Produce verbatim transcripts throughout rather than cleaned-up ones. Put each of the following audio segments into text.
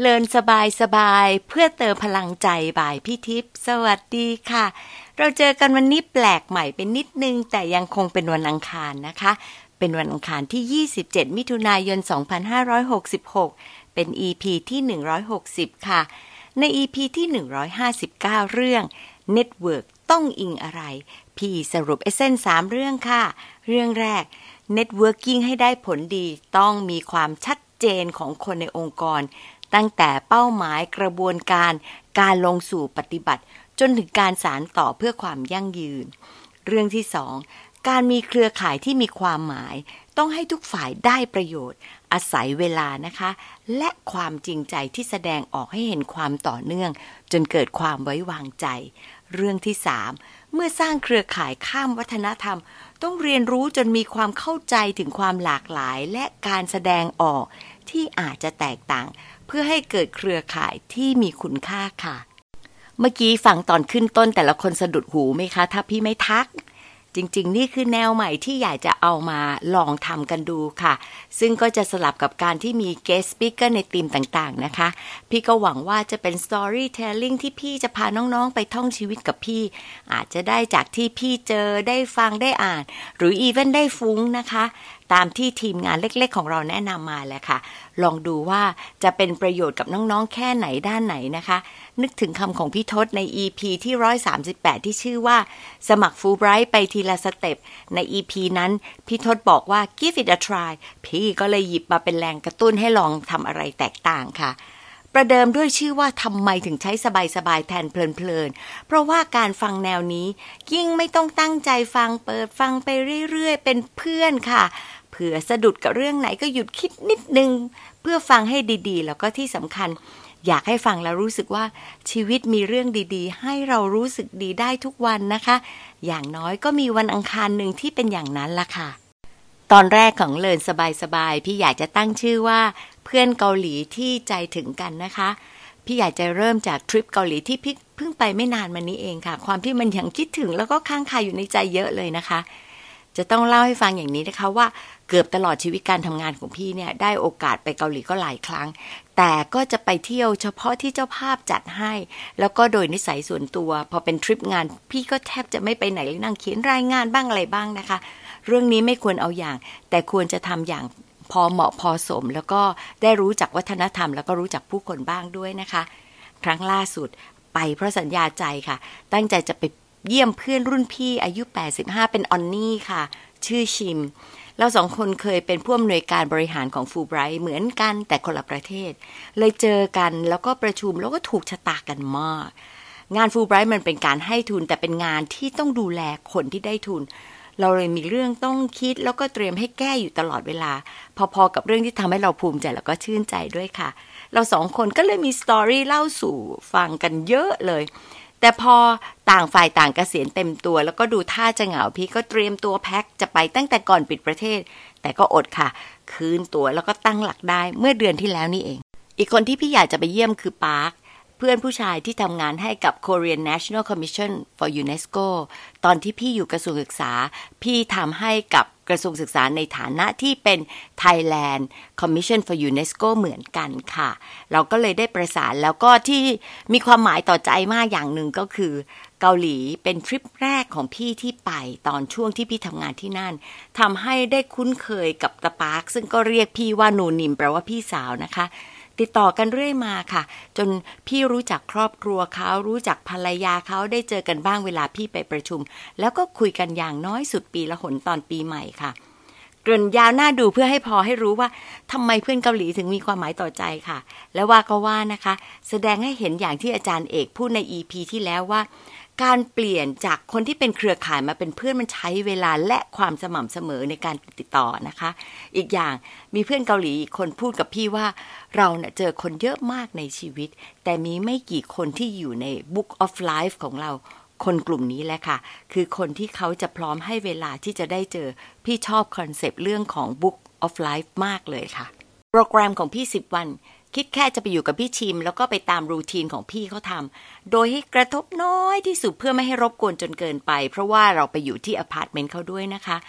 เลินสบายสบายเพื่อเติมพลังใจบ่ายพี่ทิพย์สวัสดีค่ะเราเจอกันวันนี้แปลกใหม่เป็นนิดนึงแต่ยังคงเป็นวันอังคารนะคะเป็นวันอังคารที่ยี่สิบเจ็ดมิถุนายนสองพันห้าร้อยหกสิบหกเป็น อี พี ที่หนึ่งร้อยหกสิบค่ะใน อี พี ที่หนึ่งร้อยห้าสิบเก้าเรื่อง Network ต้องอิงอะไรพี่สรุปเอเซนสามเรื่องค่ะเรื่องแรก Networking ให้ได้ผลดีต้องมีความชัดเจนของคนในองค์กรตั้งแต่เป้าหมายกระบวนการการลงสู่ปฏิบัติจนถึงการสานต่อเพื่อความยั่งยืนเรื่องที่สองการมีเครือข่ายที่มีความหมายต้องให้ทุกฝ่ายได้ประโยชน์อาศัยเวลานะคะและความจริงใจที่แสดงออกให้เห็นความต่อเนื่องจนเกิดความไว้วางใจเรื่องที่สามเมื่อสร้างเครือข่ายข้ามวัฒนธรรมต้องเรียนรู้จนมีความเข้าใจถึงความหลากหลายและการแสดงออกที่อาจจะแตกต่างเพื่อให้เกิดเครือข่ายที่มีคุณค่าค่ะเมื่อกี้ฟังตอนขึ้นต้นแต่ละคนสะดุดหูไหมคะถ้าพี่ไม่ทักจริงๆนี่คือแนวใหม่ที่อยากจะเอามาลองทำกันดูค่ะซึ่งก็จะสลับกับการที่มี guest speaker ในธีมต่างๆนะคะพี่ก็หวังว่าจะเป็น storytelling ที่พี่จะพาน้องๆไปท่องชีวิตกับพี่อาจจะได้จากที่พี่เจอได้ฟังได้อ่านหรือ even ได้ฟุ้งนะคะตามที่ทีมงานเล็กๆของเราแนะนำมาแหละค่ะลองดูว่าจะเป็นประโยชน์กับน้องๆแค่ไหนด้านไหนนะคะนึกถึงคำของพี่ทศใน อี พี ที่หนึ่งร้อยสามสิบแปดที่ชื่อว่าสมัคร Fulbright ไปทีละสเต็ปใน อี พี นั้นพี่ทศบอกว่า give it a try พี่ก็เลยหยิบมาเป็นแรงกระตุ้นให้ลองทำอะไรแตกต่างค่ะประเดิมด้วยชื่อว่าทำไมถึงใช้สบายๆแทนเพลินๆเพราะว่าการฟังแนวนี้ยิ่งไม่ต้องตั้งใจฟังเปิดฟังไปเรื่อยๆเป็นเพื่อนค่ะเผื่อสะดุดกับเรื่องไหนก็หยุดคิดนิดนึงเพื่อฟังให้ดีๆแล้วก็ที่สำคัญอยากให้ฟังแล้วรู้สึกว่าชีวิตมีเรื่องดีๆให้เรารู้สึกดีได้ทุกวันนะคะอย่างน้อยก็มีวันอังคารหนึ่งที่เป็นอย่างนั้นล่ะค่ะตอนแรกของเลินสบายๆพี่อยากจะตั้งชื่อว่าเพื่อนเกาหลีที่ใจถึงกันนะคะพี่อยากจะเริ่มจากทริปเกาหลีที่พี่เพิ่งไปไม่นานมานี้เองค่ะความที่มันยังคิดถึงแล้วก็ค้างคาอยู่ในใจเยอะเลยนะคะจะต้องเล่าให้ฟังอย่างนี้นะคะว่าเกือบตลอดชีวิตการทำงานของพี่เนี่ยได้โอกาสไปเกาหลีก็หลายครั้งแต่ก็จะไปเที่ยวเฉพาะที่เจ้าภาพจัดให้แล้วก็โดยนิสัยส่วนตัวพอเป็นทริปงานพี่ก็แทบจะไม่ไปไหนเลยนั่งเขียนรายงานบ้างอะไรบ้างนะคะเรื่องนี้ไม่ควรเอาอย่างแต่ควรจะทำอย่างพอเหมาะพอสมแล้วก็ได้รู้จักวัฒนธรรมแล้วก็รู้จักผู้คนบ้างด้วยนะคะครั้งล่าสุดไปเพราะสัญญาใจค่ะตั้งใจจะไปเยี่ยมเพื่อนรุ่นพี่อายุแปดสิบห้าเป็นออนนี่ค่ะชื่อชิมเราสองคนเคยเป็นผู้อำนวยการบริหารของฟูลไบรท์เหมือนกันแต่คนละประเทศเลยเจอกันแล้วก็ประชุมแล้วก็ถูกชะตากันมากงานฟูลไบรท์มันเป็นการให้ทุนแต่เป็นงานที่ต้องดูแลคนที่ได้ทุนเราเลยมีเรื่องต้องคิดแล้วก็เตรียมให้แก้อยู่ตลอดเวลาพอๆกับเรื่องที่ทำให้เราภูมิใจแล้วก็ชื่นใจด้วยค่ะเราสองคนก็เลยมีสตอรี่เล่าสู่ฟังกันเยอะเลยแต่พอต่างฝ่ายต่างเกษียณเต็มตัวแล้วก็ดูท่าจะเหงาพี่ก็เตรียมตัวแพ็คจะไปตั้งแต่ก่อนปิดประเทศแต่ก็อดค่ะคืนตัวแล้วก็ตั้งหลักได้เมื่อเดือนที่แล้วนี่เองอีกคนที่พี่อยากจะไปเยี่ยมคือปาร์คเพื่อนผู้ชายที่ทำงานให้กับ Korean National Commission for UNESCO ตอนที่พี่อยู่กระทรวงศึกษาพี่ทำให้กับกระทรวงศึกษาในฐานะที่เป็น Thailand Commission for UNESCO เหมือนกันค่ะเราก็เลยได้ประสานแล้วก็ที่มีความหมายต่อใจมากอย่างหนึ่งก็คือเกาหลีเป็นทริปแรกของพี่ที่ไปตอนช่วงที่พี่ทำงานที่นั่นทำให้ได้คุ้นเคยกับตาปาร์คซึ่งก็เรียกพี่ว่าหนูนิมแปลว่าพี่สาวนะคะติดต่อกันเรื่อยมาค่ะจนพี่รู้จักครอบครัวเขารู้จักภรรยาเขาได้เจอกันบ้างเวลาพี่ไปประชุมแล้วก็คุยกันอย่างน้อยสุดปีละหนตอนปีใหม่ค่ะเกริ่นยาวหน้าดูเพื่อให้พอให้รู้ว่าทำไมเพื่อนเกาหลีถึงมีความหมายต่อใจค่ะและว่าก็ว่านะคะแสดงให้เห็นอย่างที่อาจารย์เอกพูดใน อี พี ที่แล้วว่าการเปลี่ยนจากคนที่เป็นเครือข่ายมาเป็นเพื่อนมันใช้เวลาและความสม่ำเสมอในการติดต่อนะคะอีกอย่างมีเพื่อนเกาหลีคนพูดกับพี่ว่าเราเนี่ยเจอคนเยอะมากในชีวิตแต่มีไม่กี่คนที่อยู่ใน Book of Life ของเราคนกลุ่มนี้แหละค่ะคือคนที่เขาจะพร้อมให้เวลาที่จะได้เจอพี่ชอบคอนเซปต์เรื่องของ Book of Life มากเลยค่ะโปรแกรมของพี่สิบวันคิดแค่จะไปอยู่กับพี่ชิมแล้วก็ไปตามรูทีนของพี่เขาทำโดยให้กระทบน้อยที่สุดเพื่อไม่ให้รบกวนจนเกินไปเพราะว่าเราไปอยู่ที่อพาร์ตเมนต์เขาด้วยนะคะ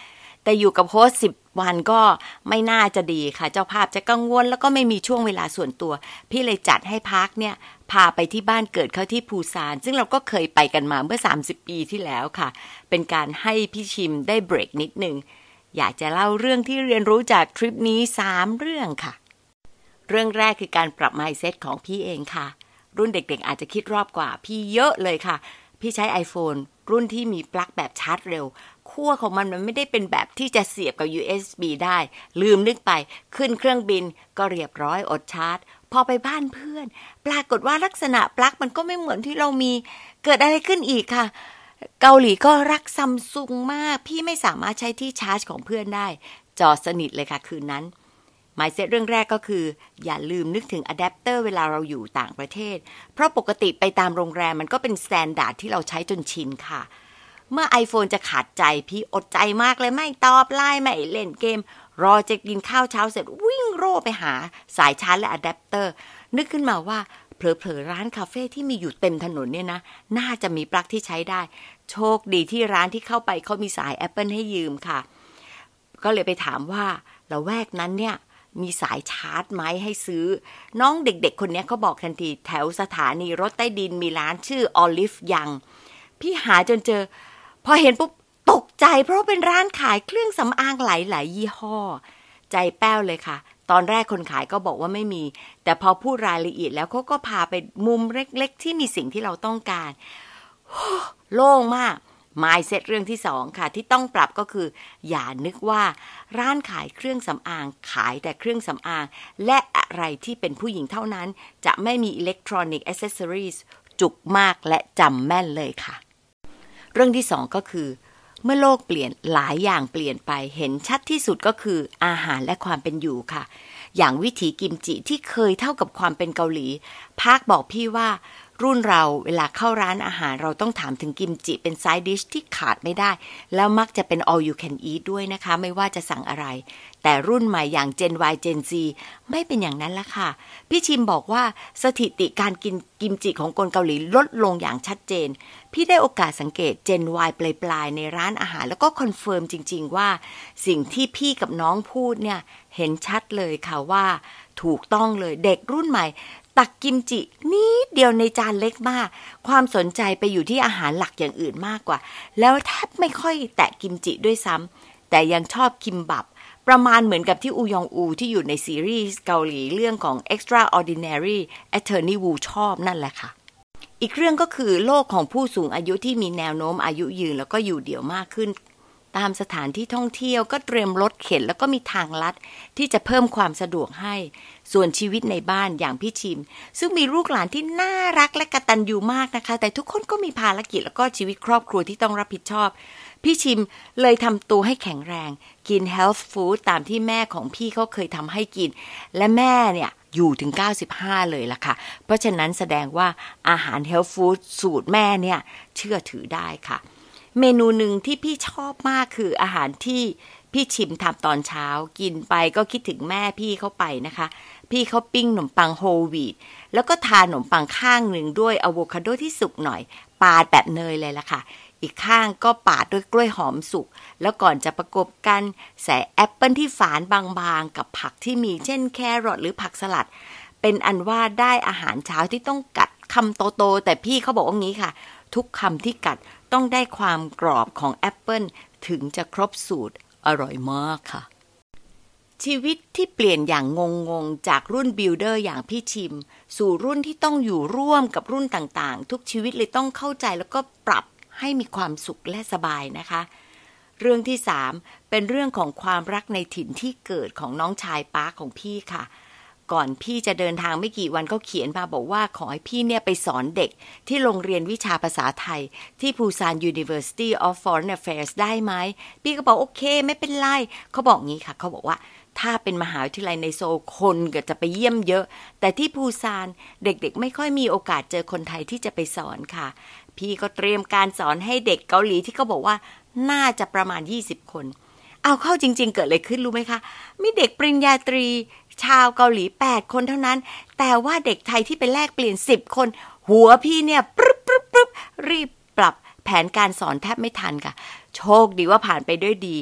แต่อยู่กับโฮสต์สิบวันก็ไม่น่าจะดีค่ะเจ้าภาพจะกังวลแล้วก็ไม่มีช่วงเวลาส่วนตัวพี่เลยจัดให้พักเนี่ยพาไปที่บ้านเกิดเขาที่ปูซานซึ่งเราก็เคยไปกันมาเมื่อสามสิบปีที่แล้วค่ะเป็นการให้พี่ชิมได้เบรกนิดนึงอยากจะเล่าเรื่องที่เรียนรู้จากทริปนี้สามเรื่องค่ะเรื่องแรกคือการปรับ mindset ของพี่เองค่ะรุ่นเด็กๆอาจจะคิดรอบกว่าพี่เยอะเลยค่ะพี่ใช้ iPhone รุ่นที่มีปลั๊กแบบชาร์จเร็วขั้วของมันมันไม่ได้เป็นแบบที่จะเสียบกับ ยู เอส บี ได้ลืมนึกไปขึ้นเครื่องบินก็เรียบร้อยอดชาร์จพอไปบ้านเพื่อนปรากฏว่าลักษณะปลั๊กมันก็ไม่เหมือนที่เรามีเกิดอะไรขึ้นอีกค่ะเกาหลีก็รักซัมซุงมากพี่ไม่สามารถใช้ที่ชาร์จของเพื่อนได้จอสนิทเลยค่ะคืนนั้นmindset เรื่องแรกก็คืออย่าลืมนึกถึงอะแดปเตอร์เวลาเราอยู่ต่างประเทศเพราะปกติไปตามโรงแรมมันก็เป็นสแตนดาร์ดที่เราใช้จนชินค่ะเมื่อ iPhone จะขาดใจพี่อดใจมากเลยไม่ตอบไลน์ไม่เล่นเกมรอจะกินข้าวเช้าเสร็จวิ่งโร่ไปหาสายชาร์จและอะแดปเตอร์นึกขึ้นมาว่าเผลอๆร้านคาเฟ่ที่มีอยู่เต็มถนนเนี่ยนะน่าจะมีปลั๊กที่ใช้ได้โชคดีที่ร้านที่เข้าไปเขามีสาย Apple ให้ยืมค่ะก็เลยไปถามว่าละแวกนั้นเนี่ยมีสายชาร์จไหมให้ซื้อน้องเด็กๆคนนี้เขาบอกทันทีแถวสถานีรถใต้ดินมีร้านชื่อ Olive Young พี่หาจนเจอพอเห็นปุ๊บตกใจเพราะเป็นร้านขายเครื่องสำอางหลายๆยี่ห้อใจแป้วเลยค่ะตอนแรกคนขายก็บอกว่าไม่มีแต่พอพูดรายละเอียดแล้วเขาก็พาไปมุมเล็กๆที่มีสิ่งที่เราต้องการโล่งมากmindset เรื่องที่สองค่ะที่ต้องปรับก็คืออย่านึกว่าร้านขายเครื่องสำอางขายแต่เครื่องสำอางและอะไรที่เป็นผู้หญิงเท่านั้นจะไม่มี electronic accessories จุกมากและจำแม่นเลยค่ะเรื่องที่สองก็คือเมื่อโลกเปลี่ยนหลายอย่างเปลี่ยนไปเห็นชัดที่สุดก็คืออาหารและความเป็นอยู่ค่ะอย่างวิถีกิมจิที่เคยเท่ากับความเป็นเกาหลีพาร์คบอกพี่ว่ารุ่นเราเวลาเข้าร้านอาหารเราต้องถามถึงกิมจิเป็นไซด์ดิชที่ขาดไม่ได้แล้วมักจะเป็น all you can eat ด้วยนะคะไม่ว่าจะสั่งอะไรแต่รุ่นใหม่อย่าง Gen Y Gen Z ไม่เป็นอย่างนั้นละค่ะพี่ชิมบอกว่าสถิติการกินกิมจิของคนเกาหลีลดลงอย่างชัดเจนพี่ได้โอกาสสังเกต Gen Y ปลายๆในร้านอาหารแล้วก็คอนเฟิร์มจริงๆว่าสิ่งที่พี่กับน้องพูดเนี่ยเห็นชัดเลยค่ะว่าถูกต้องเลยเด็กรุ่นใหม่ตักกิมจินิดเดียวในจานเล็กมากความสนใจไปอยู่ที่อาหารหลักอย่างอื่นมากกว่าแล้วแทบไม่ค่อยแตะกิมจิด้วยซ้ำแต่ยังชอบคิมบับประมาณเหมือนกับที่อูยองอูที่อยู่ในซีรีส์เกาหลีเรื่องของ Extraordinary Attorney Woo ชอบนั่นแหละค่ะอีกเรื่องก็คือโลกของผู้สูงอายุที่มีแนวโน้มอายุยืนแล้วก็อยู่เดี่ยวมากขึ้นตามสถานที่ท่องเที่ยวก็เตรียมรถเข็นแล้วก็มีทางลัดที่จะเพิ่มความสะดวกให้ส่วนชีวิตในบ้านอย่างพี่ชิมซึ่งมีลูกหลานที่น่ารักและกตัญญูมากนะคะแต่ทุกคนก็มีภารกิจแล้วก็ชีวิตครอบครัวที่ต้องรับผิดชอบพี่ชิมเลยทำตัวให้แข็งแรงกิน health food ตามที่แม่ของพี่เขาเคยทำให้กินและแม่เนี่ยอยู่ถึงเก้าสิบห้าเลยล่ะค่ะเพราะฉะนั้นแสดงว่าอาหาร health food สูตรแม่เนี่ยเชื่อถือได้ค่ะเมนูหนึ่งที่พี่ชอบมากคืออาหารที่พี่ชิมทำตอนเช้ากินไปก็คิดถึงแม่พี่เขาไปนะคะพี่เขาปิ้งขนมปังโฮลวีตแล้วก็ทาขนมปังข้างหนึ่งด้วยอะโวคาโดที่สุกหน่อยปาดแบบเนยเลยล่ะค่ะอีกข้างก็ปาดด้วยกล้วยหอมสุกแล้วก่อนจะประกบกันใส่แอปเปิลที่ฝานบางๆกับผักที่มีเช่นแครอทหรือผักสลัดเป็นอันว่าได้อาหารเช้าที่ต้องกัดคำโตๆแต่พี่เขาบอกว่างี้ค่ะทุกคำที่กัดต้องได้ความกรอบของแอปเปิลถึงจะครบสูตรอร่อยมากค่ะชีวิตที่เปลี่ยนอย่างงงๆจากรุ่นบิลเดอร์อย่างพี่ชิมสู่รุ่นที่ต้องอยู่ร่วมกับรุ่นต่างๆทุกชีวิตเลยต้องเข้าใจแล้วก็ปรับให้มีความสุขและสบายนะคะเรื่องที่สามเป็นเรื่องของความรักในถิ่นที่เกิดของน้องชายปาร์คของพี่ค่ะก่อนพี่จะเดินทางไม่กี่วันก็เขียนมาบอกว่าขอให้พี่เนี่ยไปสอนเด็กที่โรงเรียนวิชาภาษาไทยที่ Busan University of Foreign Affairs ได้ไหมพี่ก็บอกโอเคไม่เป็นไรเขาบอกงี้ค่ะเขาบอกว่าถ้าเป็นมหาวิทยาลัยในโซลคนก็จะไปเยี่ยมเยอะแต่ที่ปูซานเด็กๆไม่ค่อยมีโอกาสเจอคนไทยที่จะไปสอนค่ะพี่ก็เตรียมการสอนให้เด็กเกาหลีที่เขาบอกว่าน่าจะประมาณยี่สิบคนเอาเข้าจริงๆเกิดอะไรขึ้นรู้ไหมคะมีเด็กปริญญาตรีชาวเกาหลีแปดคนเท่านั้นแต่ว่าเด็กไทยที่ไปแลกเปลี่ยนสิบคนหัวพี่เนี่ยปึ๊บปึ๊บปึ๊บรีบปรับแผนการสอนแทบไม่ทันค่ะโชคดีว่าผ่านไปด้วยดี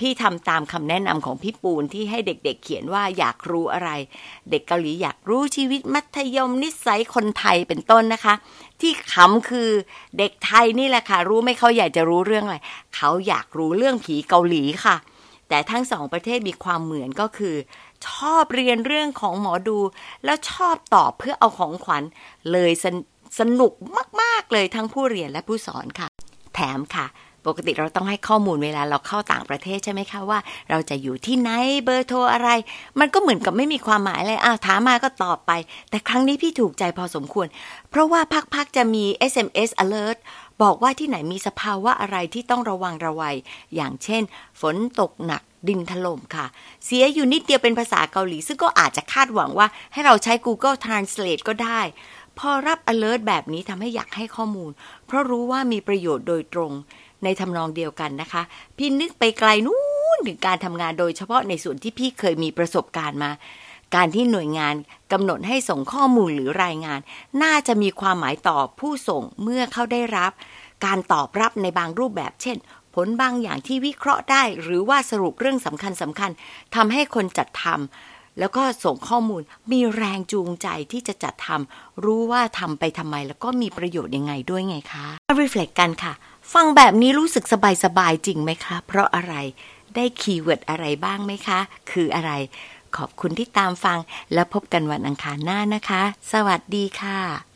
พี่ทำตามคำแนะนำของพี่ปูนที่ให้เด็กๆ เเขียนว่าอยากรู้อะไรเด็กเกาหลีอยากรู้ชีวิตมัธยมนิสัยคนไทยเป็นต้นนะคะที่ขำคือเด็กไทยนี่แหละค่ะรู้ไหมเขาอยากจะรู้เรื่องอะไรเขาอยากรู้เรื่องผีเกาหลีค่ะแต่ทั้งสองประเทศมีความเหมือนก็คือชอบเรียนเรื่องของหมอดูแล้วชอบตอบเพื่อเอาของขวัญเลยสนสนุกมากๆเลยทั้งผู้เรียนและผู้สอนค่ะแถมค่ะปกติเราต้องให้ข้อมูลเวลาเราเข้าต่างประเทศใช่ไหมคะว่าเราจะอยู่ที่ไหนเบอร์โทรอะไรมันก็เหมือนกับไม่มีความหมายเลยอ้าวถามมาก็ตอบไปแต่ครั้งนี้พี่ถูกใจพอสมควรเพราะว่าพักๆจะมี เอส เอ็ม เอส alert บอกว่าที่ไหนมีสภาวะอะไรที่ต้องระวังระวัยอย่างเช่นฝนตกหนักดินถล่มค่ะเสียอยู่นิดเดียวเป็นภาษาเกาหลีซึ่งก็อาจจะคาดหวังว่าให้เราใช้ Google Translate ก็ได้พอรับ alert แบบนี้ทำให้อยากให้ข้อมูลเพราะรู้ว่ามีประโยชน์โดยตรงในทำนองเดียวกันนะคะพี่นึกไปไกลนู้นถึงการทำงานโดยเฉพาะในส่วนที่พี่เคยมีประสบการณ์มาการที่หน่วยงานกำหนดให้ส่งข้อมูลหรือรายงานน่าจะมีความหมายต่อผู้ส่งเมื่อเขาได้รับการตอบรับในบางรูปแบบเช่นผลบางอย่างที่วิเคราะห์ได้หรือว่าสรุปเรื่องสำคัญสำคัญทำให้คนจัดทำแล้วก็ส่งข้อมูลมีแรงจูงใจที่จะจัดทำรู้ว่าทำไปทำไมแล้วก็มีประโยชน์ยังไงด้วยไงคะมารีเฟล็กกันค่ะฟังแบบนี้รู้สึกสบายๆจริงไหมคะเพราะอะไรได้คีย์เวิร์ดอะไรบ้างไหมคะคืออะไรขอบคุณที่ตามฟังแล้วพบกันวันอังคารหน้านะคะสวัสดีค่ะ